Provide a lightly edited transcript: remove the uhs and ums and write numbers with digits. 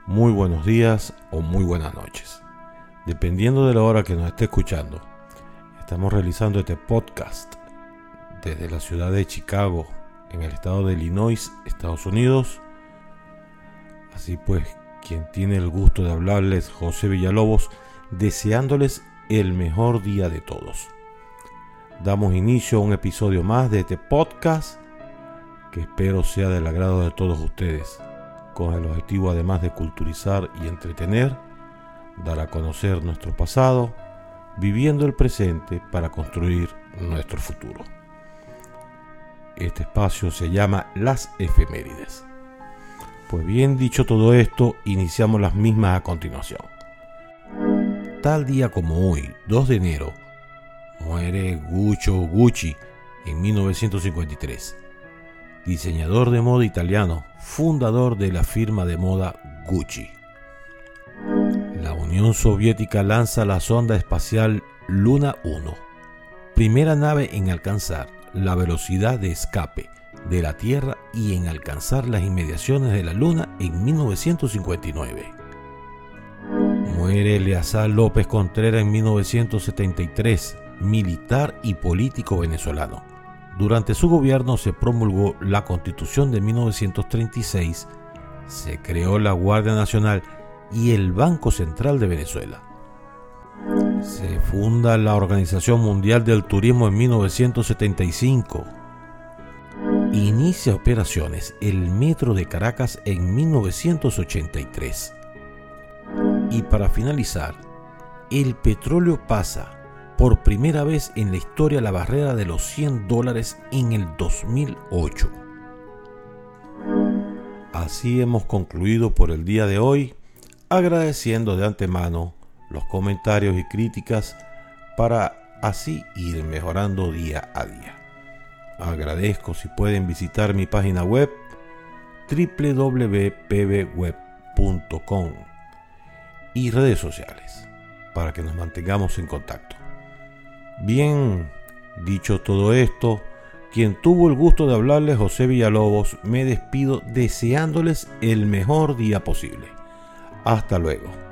muy buenos días o muy buenas noches, dependiendo de la hora que nos esté escuchando. Estamos realizando este podcast desde la ciudad de Chicago, en el estado de Illinois, Estados Unidos. Así pues, quien tiene el gusto de hablarles, José Villalobos, deseándoles el mejor día de todos. Damos inicio a un episodio más de este podcast que espero sea del agrado de todos ustedes, con el objetivo además de culturizar y entretener, dar a conocer nuestro pasado, viviendo el presente para construir nuestro futuro. Este espacio se llama Las Efemérides. Pues bien, dicho todo esto, iniciamos las mismas a continuación. Tal día como hoy, 2 de enero, muere Guccio Gucci en 1953. Diseñador de moda italiano, fundador de la firma de moda Gucci. La Unión Soviética lanza la sonda espacial Luna 1, primera nave en alcanzar la velocidad de escape de la Tierra y en alcanzar las inmediaciones de la Luna en 1959. Muere Eleazar López Contreras en 1973, militar y político venezolano. Durante su gobierno se promulgó la Constitución de 1936, se creó la Guardia Nacional y el Banco Central de Venezuela. Se funda la Organización Mundial del Turismo en 1975. Inicia operaciones el Metro de Caracas en 1983. Y para finalizar, el petróleo pasa por primera vez en la historia la barrera de los $100 en el 2008. Así hemos concluido por el día de hoy, agradeciendo de antemano los comentarios y críticas para así ir mejorando día a día. Agradezco si pueden visitar mi página web www.pbweb.com y redes sociales para que nos mantengamos en contacto. Bien, dicho todo esto, quien tuvo el gusto de hablarles, José Villalobos, me despido deseándoles el mejor día posible. Hasta luego.